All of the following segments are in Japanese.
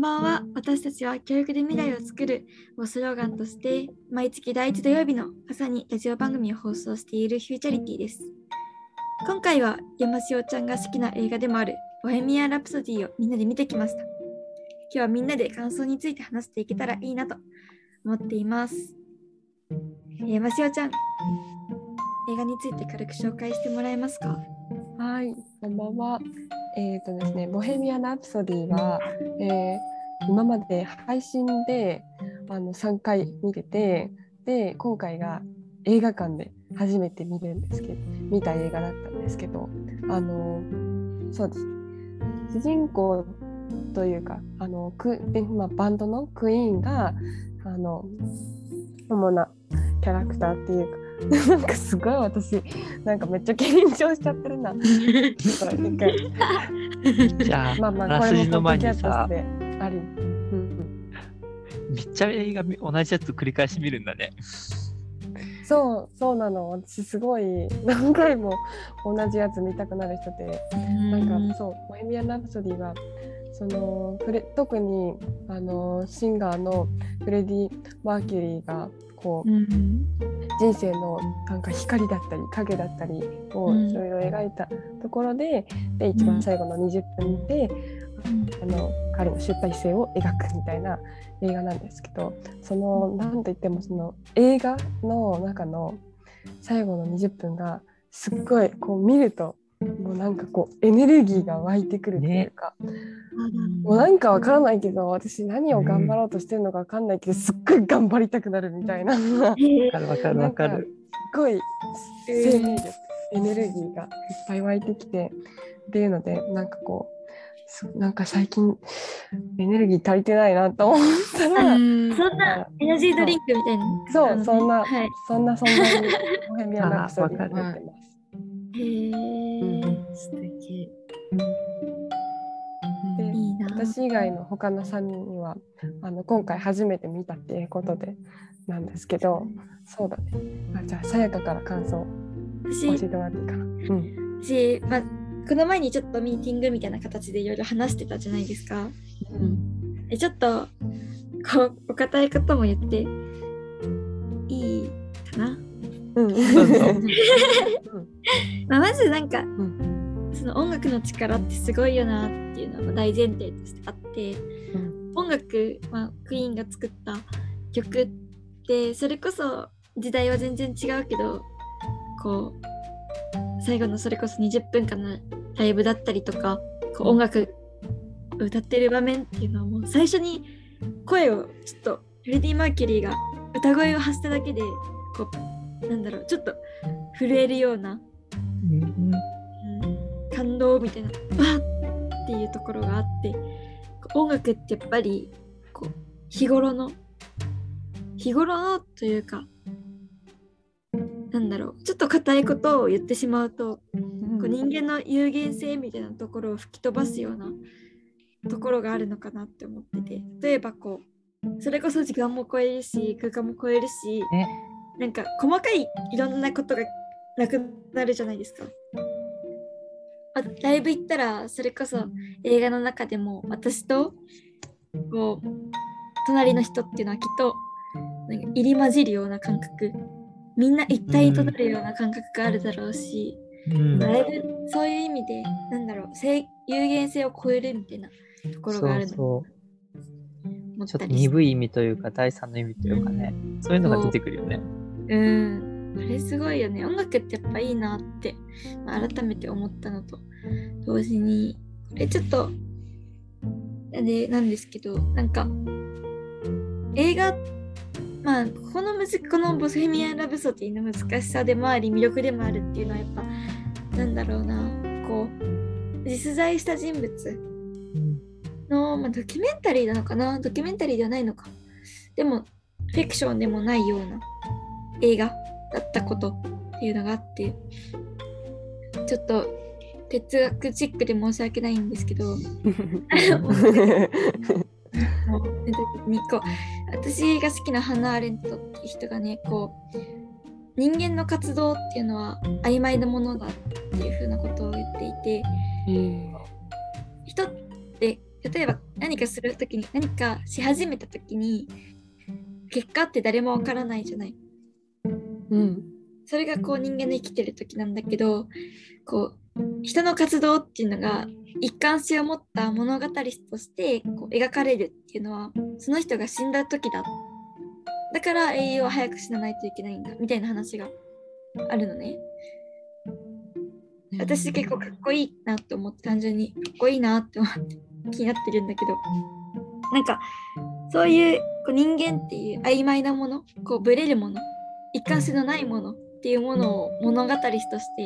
ばんは。私たちは教育で未来を作るをスローガンとして毎月第1土曜日の朝にラジオ番組を放送しているフューチャリティです。今回は山塩ちゃんが好きな映画でもあるボヘミアン・ラプソディをみんなで見てきました。今日はみんなで感想について話していけたらいいなと思っています。山塩ちゃん、映画について軽く紹介してもらえますか？ はい、こんばんは。ですね、ボヘミアン・ラプソディは、今まで配信で3回見てて、で今回が映画館で初めて見た映画だったんですけど、そうです。主人公というかバンドのクイーンが主なキャラクターっていうかなんかすごい私なんかめっちゃ緊張しちゃってるなじゃあ、 これもポッドキャストであり、 めっちゃ映画同じやつ繰り返し見るんだね。 そうなの。私すごい何回も同じやつ見たくなる人で、なんかそうボヘミアン・ラプソディは特にシンガーのフレディ・マーキュリーがこう、人生のなんか光だったり影だったりをいろいろ描いたところで、一番最後の20分で、彼の出廃性を描くみたいな映画なんですけど、なんといってもその映画の中の最後の20分がすっごいこう見るともうなんかこうエネルギーが湧いてくるというか、もうなんかわからないけど私何を頑張ろうとしてるのかわかんないけど、すっごい頑張りたくなるみたいなわかる。 すごい生命力、エネルギーがいっぱい湧いてきてっていうので、なんかこうなんか最近エネルギー足りてないなと思ったら、 そんなエナジードリンクみたいな、 そんなにボヘミアン・ラプソディになってます。 素敵。 でいいな。 私以外の他の3人は今回初めて見たっていうことでなんですけど、そうだね。じゃあさやかから感想教えてもらっていいかな。 私、この前にちょっとミーティングみたいな形でいろいろ話してたじゃないですか。ちょっとお堅いことも言っていいかな。まずなんか、その音楽の力ってすごいよなっていうのが大前提としてあって、音楽、クイーンが作った曲ってそれこそ時代は全然違うけど、こう最後のそれこそ20分間のライブだったりとか、こう音楽を歌ってる場面っていうのはもう最初に声をちょっとフレディ・マーキュリーが歌声を発しただけでこうなんだろう、ちょっと震えるような、感動みたいなバーっていうところがあって、音楽ってやっぱりこう日頃のというか、なんだろう、ちょっと硬いことを言ってしまうと、こう人間の有限性みたいなところを吹き飛ばすようなところがあるのかなって思ってて、例えばこうそれこそ時間も超えるし空間も超えるし、なんか細かいいろんなことがなくなるじゃないですか。ライブ行ったらそれこそ映画の中でも私とこう隣の人っていうのはきっとなんか入り混じるような感覚、みんな一体となるような感覚があるだろうし、ライブそういう意味でなんだろう、有限性を超えるみたいなところがあるの。 ちょっと鈍い意味というか第三の意味というかね、そういうのが出てくるよね。 あれすごいよね。音楽ってやっぱいいなって、改めて思ったのと同時に、これちょっとなんですけど、なんか映画、このボヘミアン・ラプソディの難しさでもあり魅力でもあるっていうのはやっぱなんだろうな、こう実在した人物の、ドキュメンタリーなのかな、ドキュメンタリーではないのか、でもフィクションでもないような映画だったことっていうのがあって、ちょっと哲学チックで申し訳ないんですけど私が好きなハンナ・アーレントっていう人がね、こう人間の活動っていうのは曖昧なものだっていうふうなことを言っていて、人って例えば何かするときに、何かし始めたときに結果って誰もわからないじゃない。 うん。 それがこう人間の生きてる時なんだけど、こう人の活動っていうのが一貫性を持った物語としてこう描かれるっていうのは、その人が死んだ時だ。だから英雄は早く死なないといけないんだみたいな話があるのね。私結構かっこいいなと思って、単純にかっこいいなって思って気になってるんだけど、なんかそういうこう人間っていう曖昧なもの、こうブレるもの、一貫性のないものっていうものを物語として、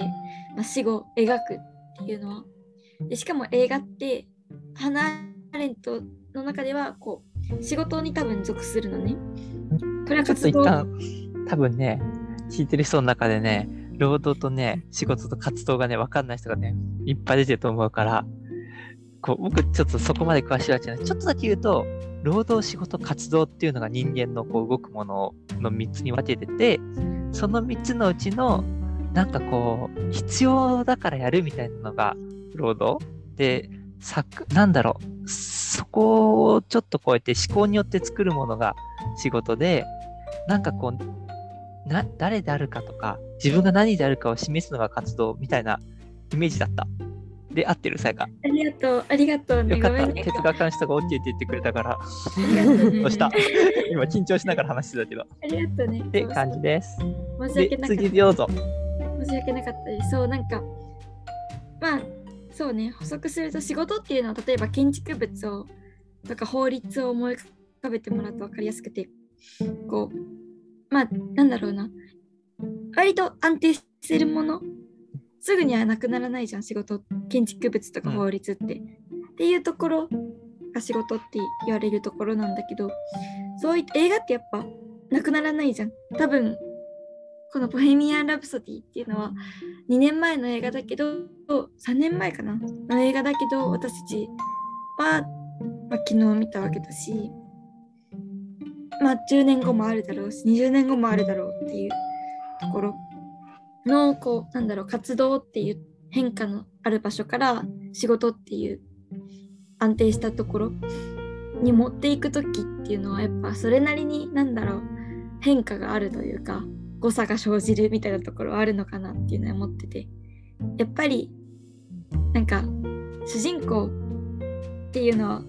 死後描くっていうのは、でしかも映画ってハナ・アレントの中ではこう仕事に多分属するのね。これはちょっと一旦多分ね、聞いてる人の中でね、労働とね、仕事と活動がね、分かんない人がね、いっぱい出てると思うから、こう僕ちょっとそこまで詳しいわけじゃない。ちょっとだけ言うと、労働、仕事、活動っていうのが人間のこう動くものの3つに分けてて、その3つのうちのなんかこう必要だからやるみたいなのが労働で、なんだろう、そこをちょっと超えて思考によって作るものが仕事で、なんかこう誰であるかとか自分が何であるかを示すのが活動みたいなイメージだった。で、合ってる、さやか。 ありがとう、ありがとうね。 よかった、 ごめんね。 哲学の人が OK って言ってくれたから。どうした今緊張しながら話してたけど。 ありがとうね。 って感じです。 申し訳なかった。 次どうぞ。 申し訳なかったです。そう、なんか、そうね、補足すると仕事っていうのは、例えば建築物をとか法律を思い浮かべてもらうと分かりやすくて、こう、なんだろうな、割と安定してるもの、すぐにはなくならないじゃん、仕事、建築物とか法律って。っていうところが仕事って言われるところなんだけど、そういった映画ってやっぱなくならないじゃん。多分このボヘミアン・ラプソディっていうのは2年前の映画だけど、3年前かなの映画だけど、私たちは、昨日見たわけだし、10年後もあるだろうし、20年後もあるだろうっていうところのこう活動っていう変化のある場所から仕事っていう安定したところに持っていくときっていうのは、やっぱそれなりに変化があるというか、誤差が生じるみたいなところはあるのかなっていうのは思ってて、やっぱり主人公っていうのは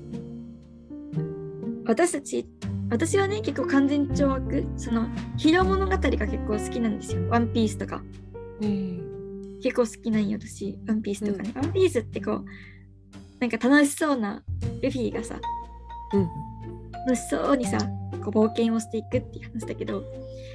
私はね、結構完全懲悪、そのヒーロー物語が結構好きなんですよ。ワンピースとか、結構好きなんよ私。ワンピースとかね、ワンピースってこう楽しそうなルフィがさ、楽しそうにさこう冒険をしていくっていう話だけど、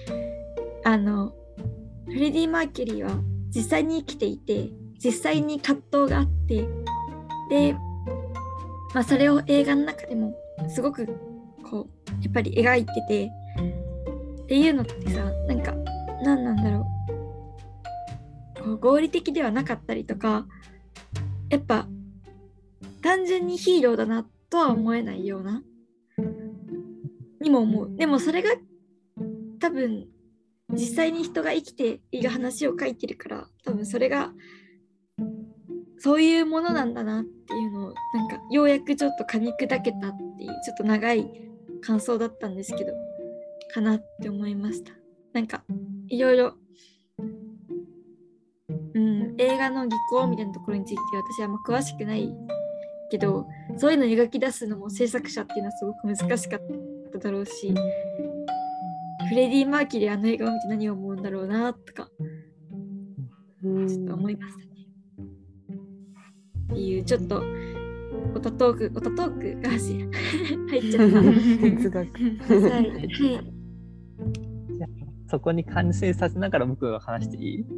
フレディ・マーキュリーは実際に生きていて、実際に葛藤があって、で、それを映画の中でもすごくこうやっぱり描いててっていうのってさ、何なんだろう、こう合理的ではなかったりとか、やっぱ単純にヒーローだなとは思えないようなにも思う。でもそれが多分実際に人が生きている話を書いてるから、多分それがそういうものなんだなっていうのをようやくちょっと噛み砕けたっていう、ちょっと長い感想だったんですけど、かなって思いました。いろいろ映画の技巧みたいなところについて私はあんま詳しくないけど、そういうのを描き出すのも制作者っていうのはすごく難しかっただろうし、フレディ・マーキュリー映画を見て何を思うんだろうなとかちょっと思いましたね。っていうちょっとオタトークが入っちゃった哲学はい、じゃあそこに完成させながら僕が話していい？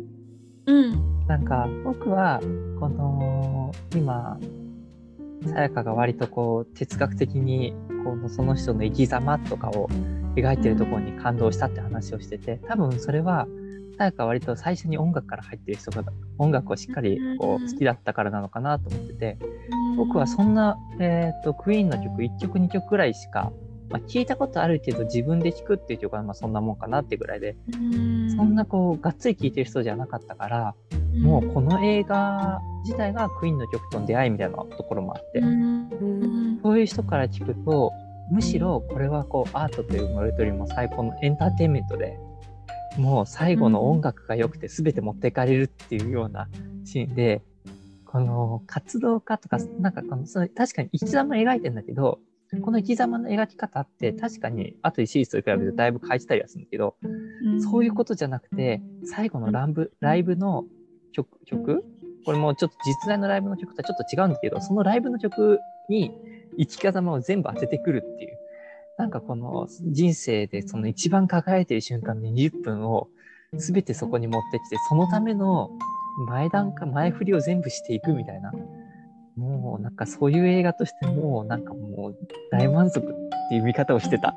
僕はこの今さやかが割とこう哲学的にその人の生き様とかを描いてるところに感動したって話をしてて、多分それはさやか割と最初に音楽から入ってる人が音楽をしっかり好きだったからなのかなと思ってて、僕はそんな、クイーンの曲1曲2曲ぐらいしかまあ、聞いたことあるけど自分で聞くっていう曲はまあそんなもんかなってぐらいで、そんなこうがっつり聴いてる人じゃなかったから、もうこの映画自体がクイーンの曲との出会いみたいなところもあって、そういう人から聞くとむしろこれはこうアートというものよりも最高のエンターテインメントで、もう最後の音楽が良くて全て持っていかれるっていうようなシーンで、この活動家とかなんかその確かに生き様描いてるんだけど、この生き様の描き方って確かにあとシリーズと比べてだいぶ変えてたりはするんだけど、そういうことじゃなくて最後のライブの曲これもちょっと実在のライブの曲とはちょっと違うんだけど、そのライブの曲に生き様を全部当ててくるっていう、なんかこの人生でその一番輝いている瞬間に20分を全てそこに持ってきて、そのための前振りを全部していくみたいな、もうなんかそういう映画としてもなんかもう大満足っていう見方をしてた。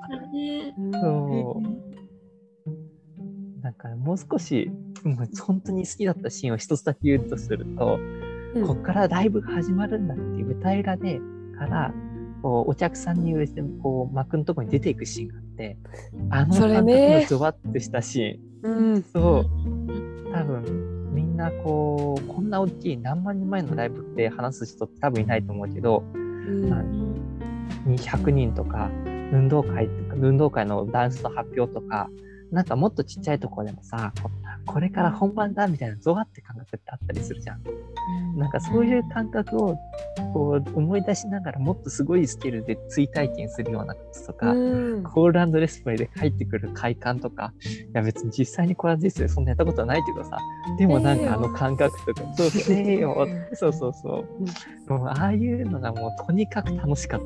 なんかもう少し本当に好きだったシーンを一つだけ言うとすると、こっからライブが始まるんだっていう舞台裏でからこうお客さんにこう幕のところに出ていくシーンがあって、あの感覚のゾワッとしたシーン、そう多分みんなこんな大きい何万人前のライブって話す人って多分いないと思うけど、200人とか運動会のダンスの発表とか、なんかもっとちっちゃいところでもさ、これから本番だみたいなゾワって感覚ってあったりするじゃん。なんかそういう感覚をこう思い出しながらもっとすごいスケールで追体験するようなこととか、コール&レスプレイで帰ってくる快感とか、いや別に実際にコール&レスプレイそんなやったことはないけどさ、でもなんかあの感覚とか、もうああいうのがもうとにかく楽しかった。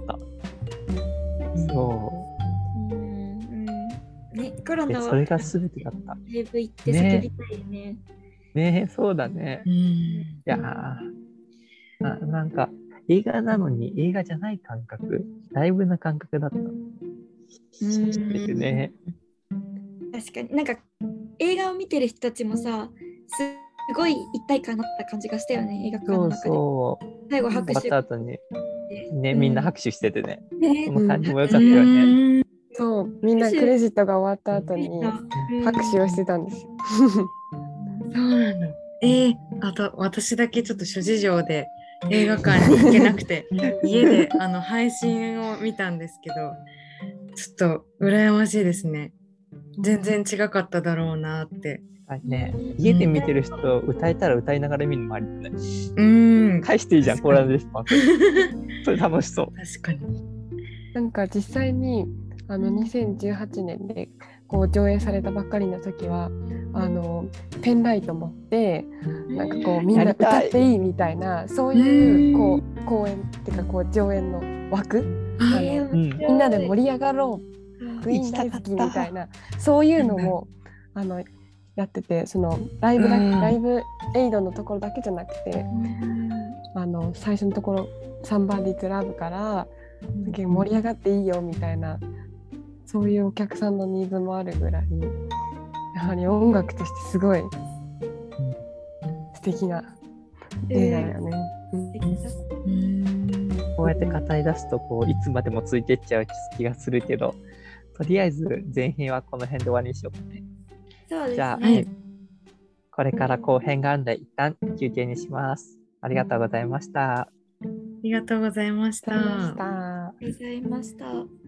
ね、コロナはそれが全てだった。 ライブ行って叫びたいよね。 ね、そうだね。いやなんか映画なのに映画じゃない感覚、ライブな感覚だった。ね。 確かになんか映画を見てる人たちもさ、すごい一体感になった感じがしたよね、映画館の中で。最後拍手終わった後にね、みんな拍手しててね。その感じも良かったよね。 そう、みんなクレジットが終わった後に拍手をしてたんですよ。 そうなの。あと私だけちょっと諸事情で映画館に行けなくて家で配信を見たんですけど、ちょっと羨ましいですね。全然違かっただろうなって。 ね、家で見てる人歌えたら歌いながら見るのもありだね。返していいじゃん、コーランドレスポンス。それ楽しそう。 確かに。 なんか実際に2018年でこう上映されたばっかりの時はペンライト持ってなんかこうみんな歌っていいみたいな、そういうこう公演っていうかこう上演の枠、みんなで盛り上がろうクイーン大好きみたいな、そういうのもやってて、そのライブエイドのところだけじゃなくて最初のところサンバディツラブから盛り上がっていいよみたいな、そういうお客さんのニーズもあるぐらい、やはり音楽としてすごい素敵な映画だよね。 こうやって語り出すといつまでもついてっちゃう気がするけど、とりあえず前編はこの辺で終わりにしようかね。 そうですね。 じゃあ、これから後編があるので一旦休憩にします。ありがとうございました。 ありがとうございました。 ありがとうございました。